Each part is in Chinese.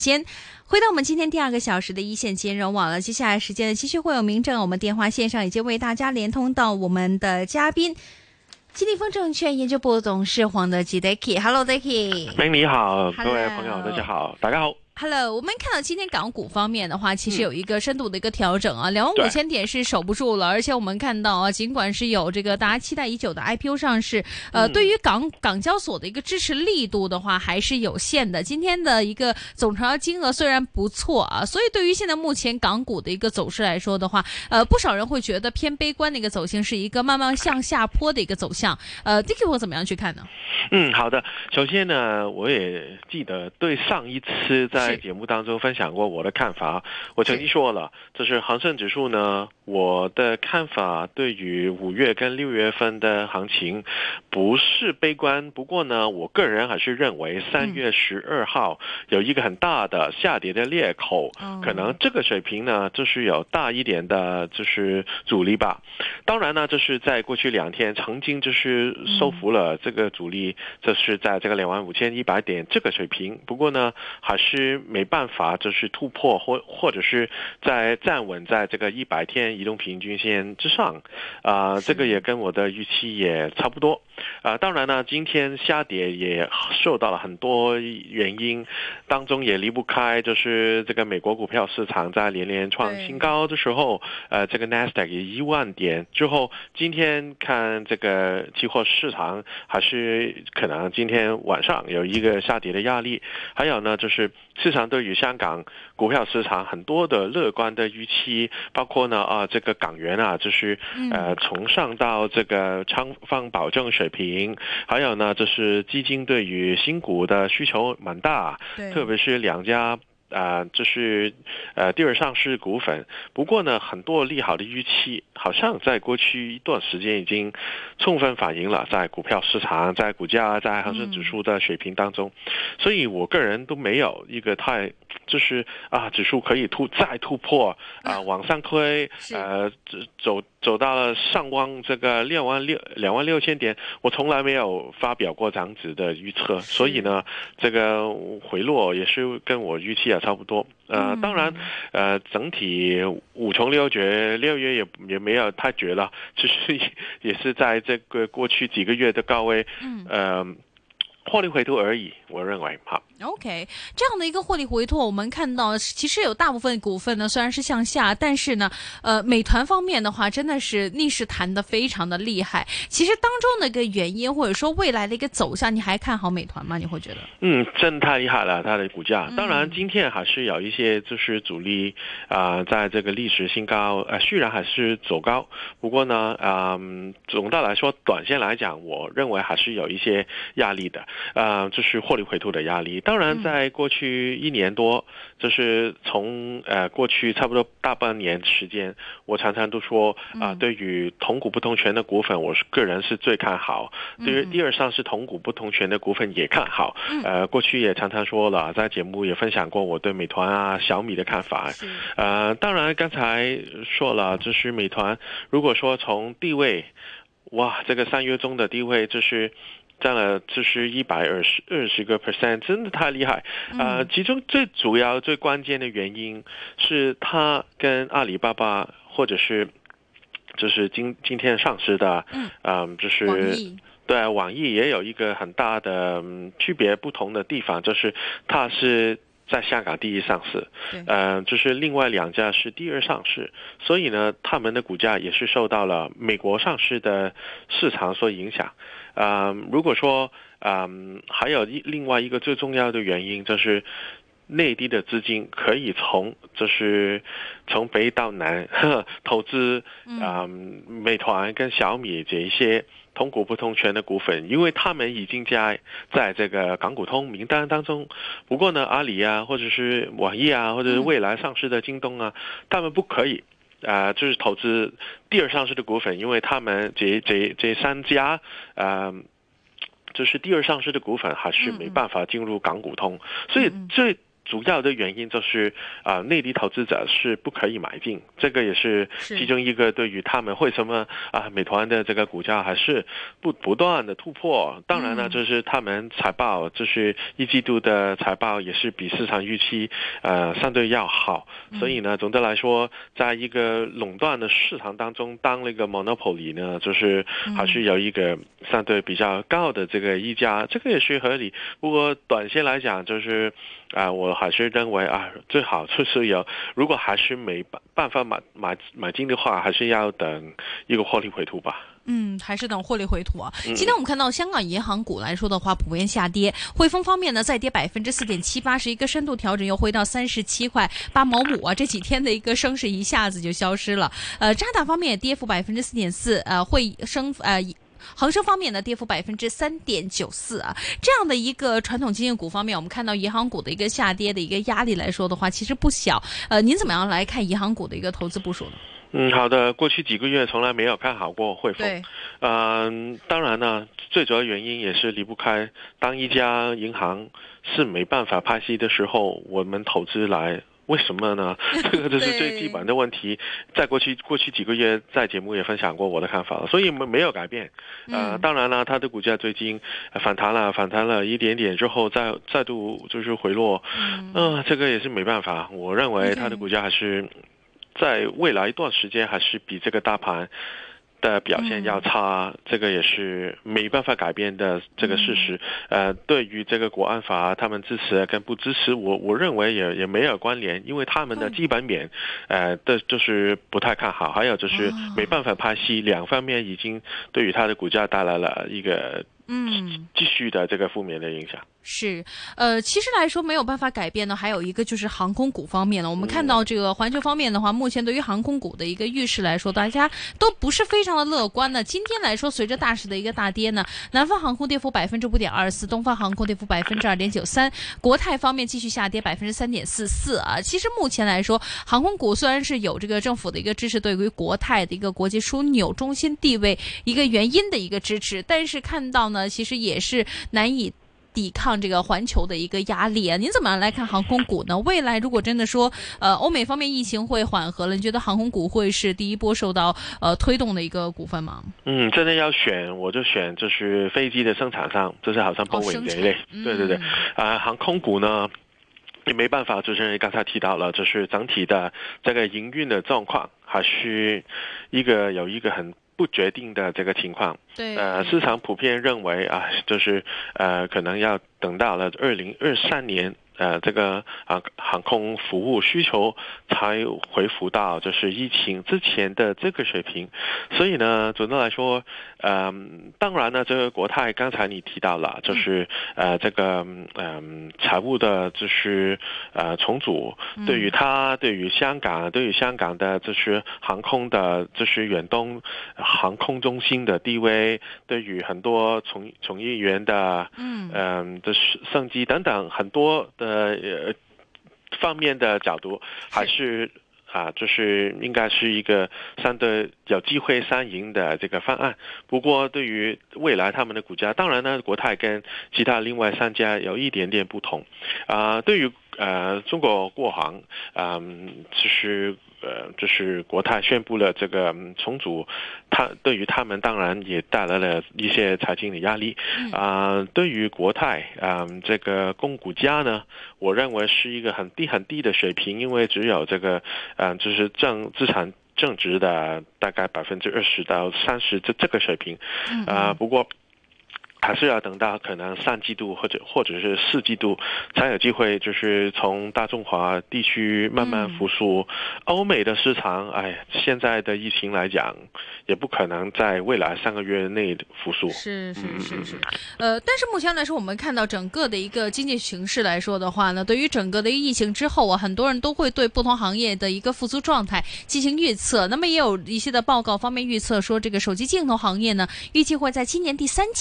先回到我们今天第2个小时的一线金融网了，接下来时间呢继续会有名正，我们电话线上已经为大家连通到我们的嘉宾，基地丰证券研究部董事黄德基 Dicky。Hello Dicky。 你好，各位朋友大家好，大家好。 Hello， 我们看到今天港股方面的话，其实有一个深度的一个调整啊，25000点是守不住了，而且我们看到啊，尽管是有这个大家期待已久的 IPO 上市，对于港交所的一个支持力度的话还是有限的。今天的一个总成交金额虽然不错啊，所以对于现在目前港股的一个走势来说的话，不少人会觉得偏悲观的一个走向是一个慢慢向下坡的一个走向。Dicky 我怎么样去看呢？ 好的。首先呢，我也记得对上一次在节目当中分享过我的看法，我曾经说了，就是恒生指数呢，我的看法对于5月跟6月份的行情不是悲观，不过呢，我个人还是认为3月12号有一个很大的下跌的裂口，可能这个水平呢，就是有大一点的就是阻力吧。当然呢，就是在过去2天曾经就是收复了这个阻力，这是在这个25100点这个水平，不过呢，还是没办法就是突破或者是在站稳在这个100天移动平均线之上，这个也跟我的预期也差不多。当然呢，今天下跌也受到了很多原因，当中也离不开就是这个美国股票市场在连创新高的时候，这个 Nasdaq 也10000点之后，今天看这个期货市场还是可能今天晚上有一个下跌的压力。还有呢，就是市场对于香港股票市场很多的乐观的预期，包括呢这个港元啊，就是重上到这个长方保证水平，还有呢就是基金对于新股的需求蛮大，特别是2家就是第二上市股份。不过呢，很多利好的预期好像在过去一段时间已经充分反映了在股票市场、在股价、在恒生指数的水平当中，所以我个人都没有一个太就是指数可以再突破往上推，走到了上望这个26000点，我从来没有发表过这样子的预测，所以呢，这个回落也是跟我预期也差不多。当然，整体5穷6绝，6月也没有太绝了，就是也是在这个过去几个月的高位，获利回吐而已，我认为好。 OK， 这样的一个获利回吐，我们看到其实有大部分股份呢虽然是向下，但是呢，美团方面的话真的是逆势弹得非常的厉害。其实当中的一个原因或者说未来的一个走向，你还看好美团吗？你会觉得？ 真太厉害了，它的股价。当然今天还是有一些就是阻力在这个历史新高，虽然还是走高，不过呢总的来说短线来讲，我认为还是有一些压力的，就是获利回吐的压力。当然在过去1年多，就是从过去差不多大半年时间，我常常都说对于同股不同权的股份，我个人是最看好，对于第二上市同股不同权的股份也看好。过去也常常说了，在节目也分享过我对美团小米的看法。当然刚才说了，就是美团如果说从地位，这个3月中的地位就是占了就是120%，真的太厉害。其中最主要最关键的原因是它跟阿里巴巴或者是就是今天上市的就是对网易也有一个很大的区别不同的地方，就是它是在香港第一上市，就是另外2家是第二上市，所以呢，他们的股价也是受到了美国上市的市场所影响。如果说还有另外一个最重要的原因，就是内地的资金可以就是从北到南投资美团跟小米这一些同股不同权的股份，因为他们已经在这个港股通名单当中。不过呢，阿里或者是网易或者是未来上市的京东他们不可以就是投资第二上市的股份，因为他们这3家就是第二上市的股份还是没办法进入港股通，所以主要的原因就是内地投资者是不可以买进，这个也是其中一个对于他们为什么美团的这个股价还是不断的突破。当然呢，就是他们财报，就是一季度的财报也是比市场预期相对要好，所以呢，总的来说，在一个垄断的市场当中，当那个 monopoly 呢，就是还是有一个相对比较高的这个溢价，这个也是合理。不过短线来讲，就是我还是认为最好就是如果还是没办法买进的话，还是要等一个获利回吐吧。 还是等获利回吐啊。今天我们看到香港银行股来说的话，普遍下跌。汇丰方面呢，再跌4.78%，是一个深度调整，又回到37块8毛5啊。这几天的一个升势一下子就消失了。渣打方面也跌幅4.4%，恒生方面呢，跌幅3.94%啊，这样的一个传统基金股方面，我们看到银行股的一个下跌的一个压力来说的话，其实不小。您怎么样来看银行股的一个投资部署呢？ 好的。过去几个月从来没有看好过汇丰。当然呢，最主要原因也是离不开，当一家银行是没办法派息的时候，我们投资来。为什么呢？这个就是最基本的问题。在过去几个月，在节目也分享过我的看法了，所以没有改变。当然了，它的股价最近反弹了一点点之后，再度就是回落。这个也是没办法。我认为它的股价还是在未来一段时间还是比这个大盘的表现要差，这个也是没办法改变的这个事实。对于这个国安法，他们支持跟不支持，我认为也没有关联，因为他们的基本面，就是不太看好，还有就是没办法派息，两方面已经对于它的股价带来了一个继续的这个负面的影响。 是，其实来说没有办法改变的，还有一个就是航空股方面呢。我们看到这个环球方面的话，目前对于航空股的一个预示来说，大家都不是非常的乐观的。今天来说，随着大市的一个大跌呢，南方航空跌幅5.24%，东方航空跌幅2.93%，国泰方面继续下跌3.44%啊。其实目前来说，航空股虽然是有这个政府的一个支持，对于国泰的一个国际枢纽中心地位一个原因的一个支持，但是看到呢，其实也是难以抵抗这个环球的一个压力啊。您怎么样来看航空股呢？未来如果真的说欧美方面疫情会缓和了，你觉得航空股会是第一波受到推动的一个股份吗？ 真的要选，我就选就是飞机的生产商，就是好像Boeing这一类。对。航空股呢也没办法，就是刚才提到了，就是整体的这个营运的状况还是有一个很不决定的这个情况。 对， 市场普遍认为就是可能要等到了2023年。这个航空服务需求才恢复到就是疫情之前的这个水平，所以呢，总的来说，当然呢，这个国泰刚才你提到了，就是这个财务的就是重组，对于香港的就是航空的就是远东航空中心的地位，对于很多从业员的的升级等等很多的方面的角度，还是就是应该是一个相对有机会上赢的这个方案。不过对于未来他们的股价，当然呢，国泰跟其他另外3家有一点点不同。对于中国国航，就是国泰宣布了这个重组，对于他们当然也带来了一些财经的压力。对于国泰，这个供股价呢，我认为是一个很低的水平，因为只有这个就是资产正值的大概20%到30%这个水平。不过还是要等到可能3季度或者是4季度才有机会，就是从大中华地区慢慢复苏。欧美的市场，现在的疫情来讲，也不可能在未来3个月内复苏。 是。但是目前来说，我们看到整个的一个经济形势来说的话呢，对于整个的疫情之后很多人都会对不同行业的一个复苏状态进行预测。那么也有一些的报告方面预测说，这个手机镜头行业呢，预计会在今年第3季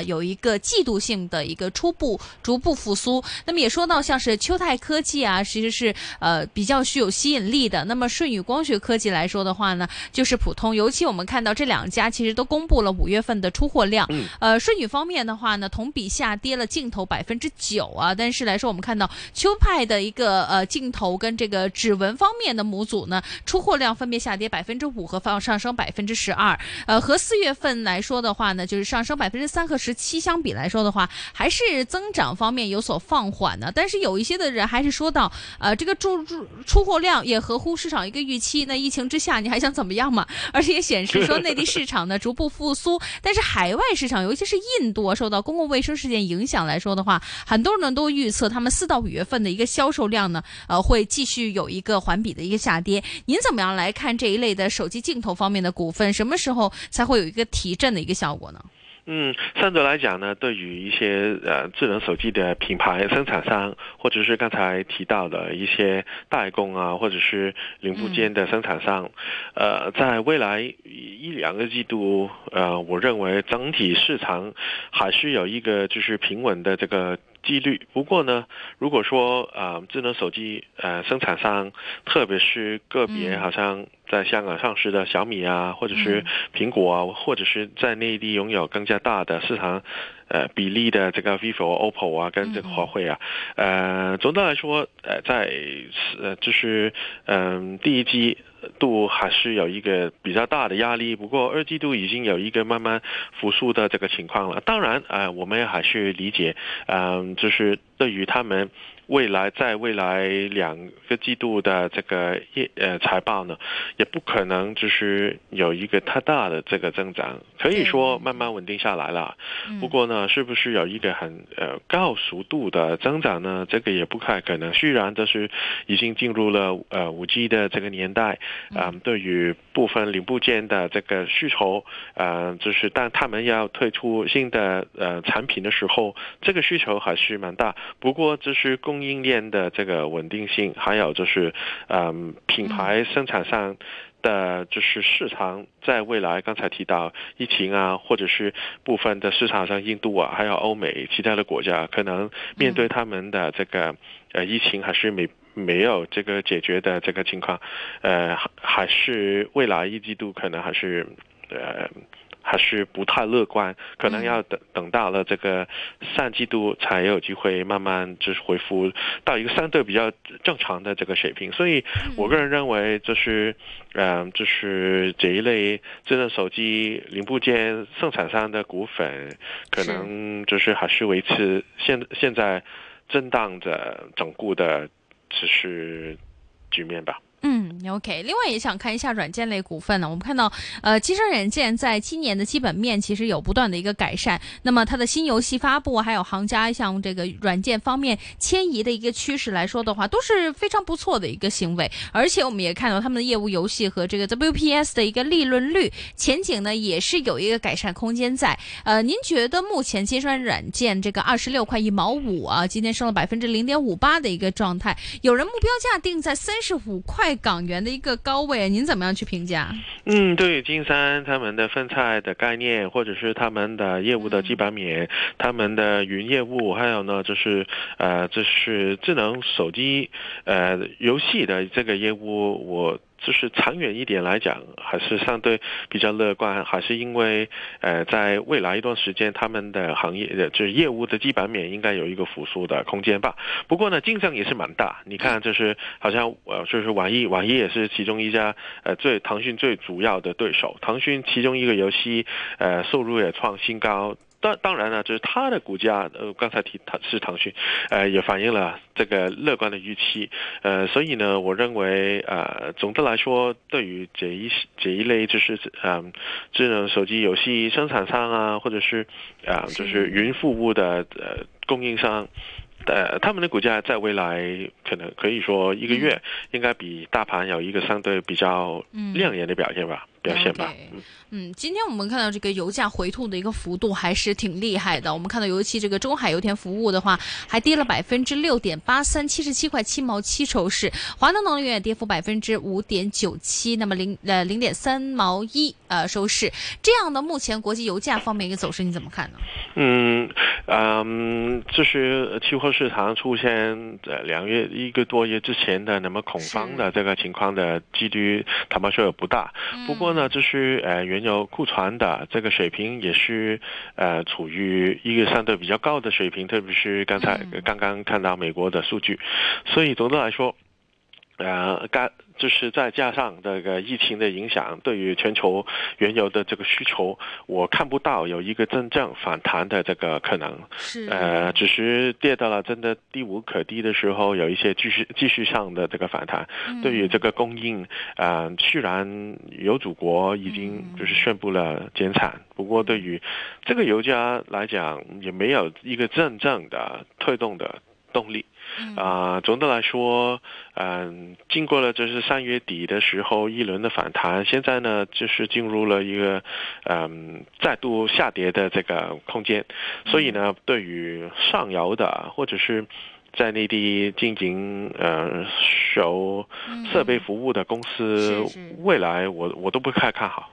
有一个季度性的一个逐步复苏。那么也说到像是秋泰科技啊，其实是比较具有吸引力的。那么舜宇光学科技来说的话呢，就是普通。尤其我们看到这两家其实都公布了5月份的出货量。舜宇方面的话呢，同比下跌了镜头9%啊，但是来说我们看到秋派的一个镜头跟这个指纹方面的模组呢，出货量分别下跌5%和上升12%。和4月份来说的话呢，就是上升3%和17%相比来说的话，还是增长方面有所放缓呢。但是有一些的人还是说到，这个出货量也合乎市场一个预期。那疫情之下，你还想怎么样嘛？而且也显示说内地市场呢逐步复苏，但是海外市场，尤其是印度受到公共卫生事件影响来说的话，很多人都预测他们4到5月份的一个销售量呢，会继续有一个环比的一个下跌。您怎么样来看这一类的手机镜头方面的股份？什么时候才会有一个提振的一个效果呢？ 相对来讲呢，对于一些智能手机的品牌生产商，或者是刚才提到的一些代工啊，或者是零部件的生产商，在未来1-2个季度，我认为整体市场还是有一个就是平稳的这个几率。不过呢，如果说智能手机生产商，特别是个别好像在香港上市的小米啊，或者是苹果啊，或者是在内地拥有更加大的市场比例的这个 vivo、OPPO 啊，跟这个华为啊，总的来说，在就是第一季度还是有一个比较大的压力，不过2季度已经有一个慢慢复苏的这个情况了。当然，我们还是理解，就是对于他们在未来2个季度的这个财报呢，也不可能就是有一个太大的这个增长，可以说慢慢稳定下来了。不过呢，是不是有一个很高速度的增长呢？这个也不太可能。虽然这是已经进入了5G 的这个年代，对于部分零部件的这个需求，就是当他们要推出新的产品的时候，这个需求还是蛮大。不过这是供应链的这个稳定性，还有就是品牌生产商的就是市场，在未来刚才提到疫情啊，或者是部分的市场上印度啊，还有欧美其他的国家，可能面对他们的这个疫情还是没有这个解决的这个情况，还是未来1季度可能还是不太乐观，可能要等到了这个3季度才有机会慢慢就是恢复到一个相对比较正常的这个水平。所以我个人认为就是这一类智能手机零部件生产商的股份，可能就是还是维持现在震荡的整固的只是局面吧。 OK。另外也想看一下软件类股份呢。我们看到，金山软件在今年的基本面其实有不断的一个改善。那么它的新游戏发布，还有行家像这个软件方面迁移的一个趋势来说的话，都是非常不错的一个行为。而且我们也看到他们的业务游戏和这个 WPS 的一个利润率前景呢，也是有一个改善空间在。您觉得目前金山软件这个26块1毛5啊，今天升了0.58%的一个状态，有人目标价定在35块港元的一个高位，您怎么样去评价？ 对于金山他们的分菜的概念，或者是他们的业务的基本面，他们的云业务，还有呢就是智能手机游戏的这个业务，我就是长远一点来讲，还是相对比较乐观，还是因为在未来一段时间，他们的行业就是业务的基本面应该有一个复苏的空间吧。不过呢，竞争也是蛮大。你看，就是好像就是网易也是其中一家腾讯最主要的对手。腾讯其中一个游戏收入也创新高。当然了，就是它的股价，刚才提是腾讯，也反映了这个乐观的预期，所以呢，我认为总的来说，对于这一类就是智能手机游戏生产商啊，或者是就是云服务的供应商。他们的股价在未来可能可以说1个月应该比大盘有一个相对比较亮眼的表现吧。 表现吧。 今天我们看到这个油价回吐的一个幅度还是挺厉害的。我们看到尤其这个中海油田服务的话，还跌了6.83%，77.7毛7收市。华能能源也跌幅5.97%，那么0.3毛1收市。这样的目前国际油价方面一个走势你怎么看呢？ 就是期货市场出现1个多月之前的那么恐慌的这个情况的几率，坦白说也不大。不过呢，就是原油库存的这个水平也是处于一个相对比较高的水平，特别是刚刚看到美国的数据，所以总的来说，就是再加上这个疫情的影响，对于全球原油的这个需求，我看不到有一个真正反弹的这个可能。只是跌到了真的低无可低的时候，有一些继续上的这个反弹。对于这个供应，虽然有祖国已经就是宣布了减产，不过对于这个油价来讲，也没有一个真正的推动的动力。总的来说，经过了就是3月底的时候一轮的反弹，现在呢就是进入了一个再度下跌的这个空间，所以呢，对于上游的或者是在内地进行设备服务的公司，未来我都不太看好。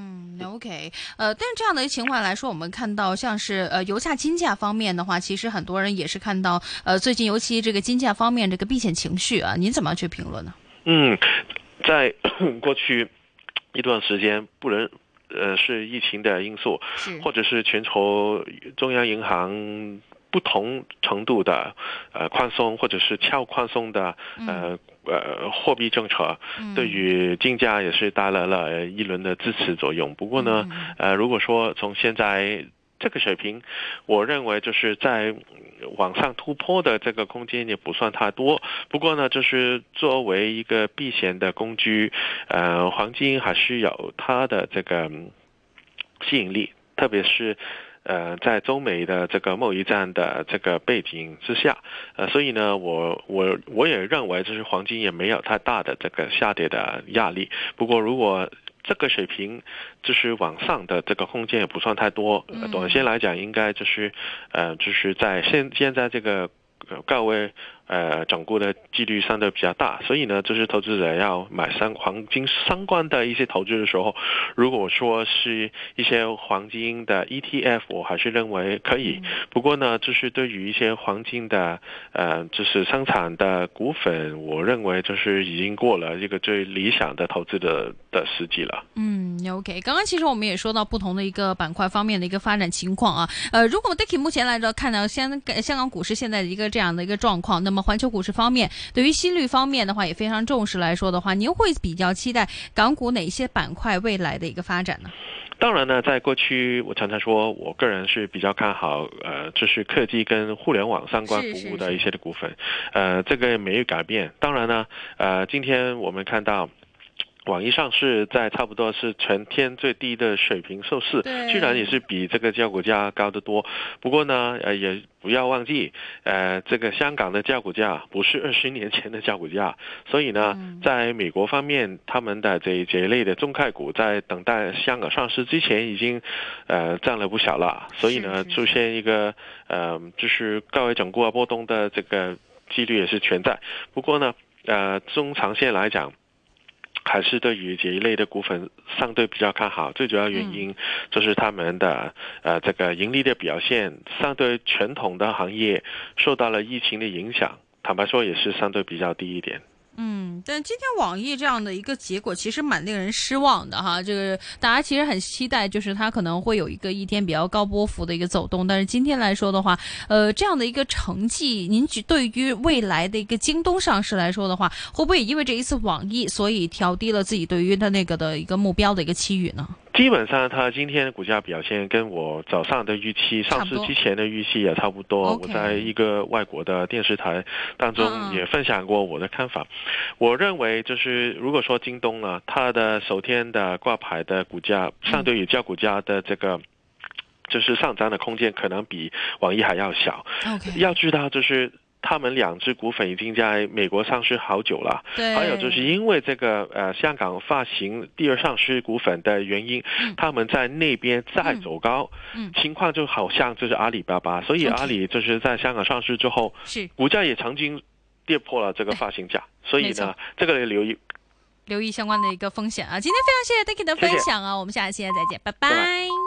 OK， 但是这样的情况来说，我们看到像是油价金价方面的话，其实很多人也是看到最近尤其这个金价方面这个避险情绪啊，您怎么去评论呢？ 在过去一段时间，不能是疫情的因素，或者是全球中央银行不同程度的宽松或者是超宽松的货币政策，对于金价也是带来了一轮的支持作用。不过呢，如果说从现在这个水平，我认为就是在往上突破的这个空间也不算太多。不过呢，就是作为一个避险的工具，黄金还是有它的这个吸引力，特别是在中美的这个贸易战的这个背景之下，所以呢，我也认为就是黄金也没有太大的这个下跌的压力。不过如果这个水平就是往上的这个空间也不算太多，短线来讲应该就是在现在这个高位整固的几率相对比较大，所以呢，就是投资者要买黄金相关的一些投资的时候，如果说是一些黄金的 ETF， 我还是认为可以。不过呢，就是对于一些黄金的就是生产的股份，我认为就是已经过了一个最理想的投资的时机了。 OK， 刚刚其实我们也说到不同的一个板块方面的一个发展情况啊。如果 Dicky 目前来着看到香港股市现在的一个这样的一个状况，那么环球股市方面，对于息率方面的话也非常重视来说的话，您会比较期待港股哪些板块未来的一个发展呢？ 当然呢，在过去我常常说，我个人是比较看好就是科技跟互联网相关服务的一些的股份，这个没有改变。当然呢，今天我们看到网易上市在差不多是全天最低的水平收市，虽然也是比这个交股价高得多，不过呢，也不要忘记，这个香港的交股价不是20年前的交股价，所以呢，在美国方面，他们的这一类的中概股在等待香港上市之前已经涨了不少了，所以呢，出现一个就是高位整固波动的这个几率也是存在。不过呢，中长线来讲，还是对于这一类的股份相对比较看好，最主要原因就是他们的这个盈利的表现，相对传统的行业受到了疫情的影响，坦白说也是相对比较低一点。 但今天网易这样的一个结果其实蛮令人失望的哈，这个大家其实很期待，就是它可能会有一个一天比较高波幅的一个走动，但是今天来说的话，这样的一个成绩，您对于未来的一个京东上市来说的话，会不会也因为这一次网易，所以调低了自己对于它那个的一个目标的一个期许呢？ 基本上它今天的股价表现跟我早上的预期，上市之前的预期也差不多。我在一个外国的电视台当中也分享过我的看法。我认为就是如果说京东啊，它的首天的挂牌的股价，相对于交股价的这个就是上涨的空间可能比网易还要小。要知道就是他们两只股份已经在美国上市好久了，还有就是因为这个香港发行第二上市股份的原因，他们在那边再走高，情况就好像就是阿里巴巴，所以阿里就是在香港上市之后，股价也曾经跌破了这个发行价，所以呢，这个留意相关的一个风险啊。今天非常谢谢 Dicky 的分享啊，我们下期再见，拜拜。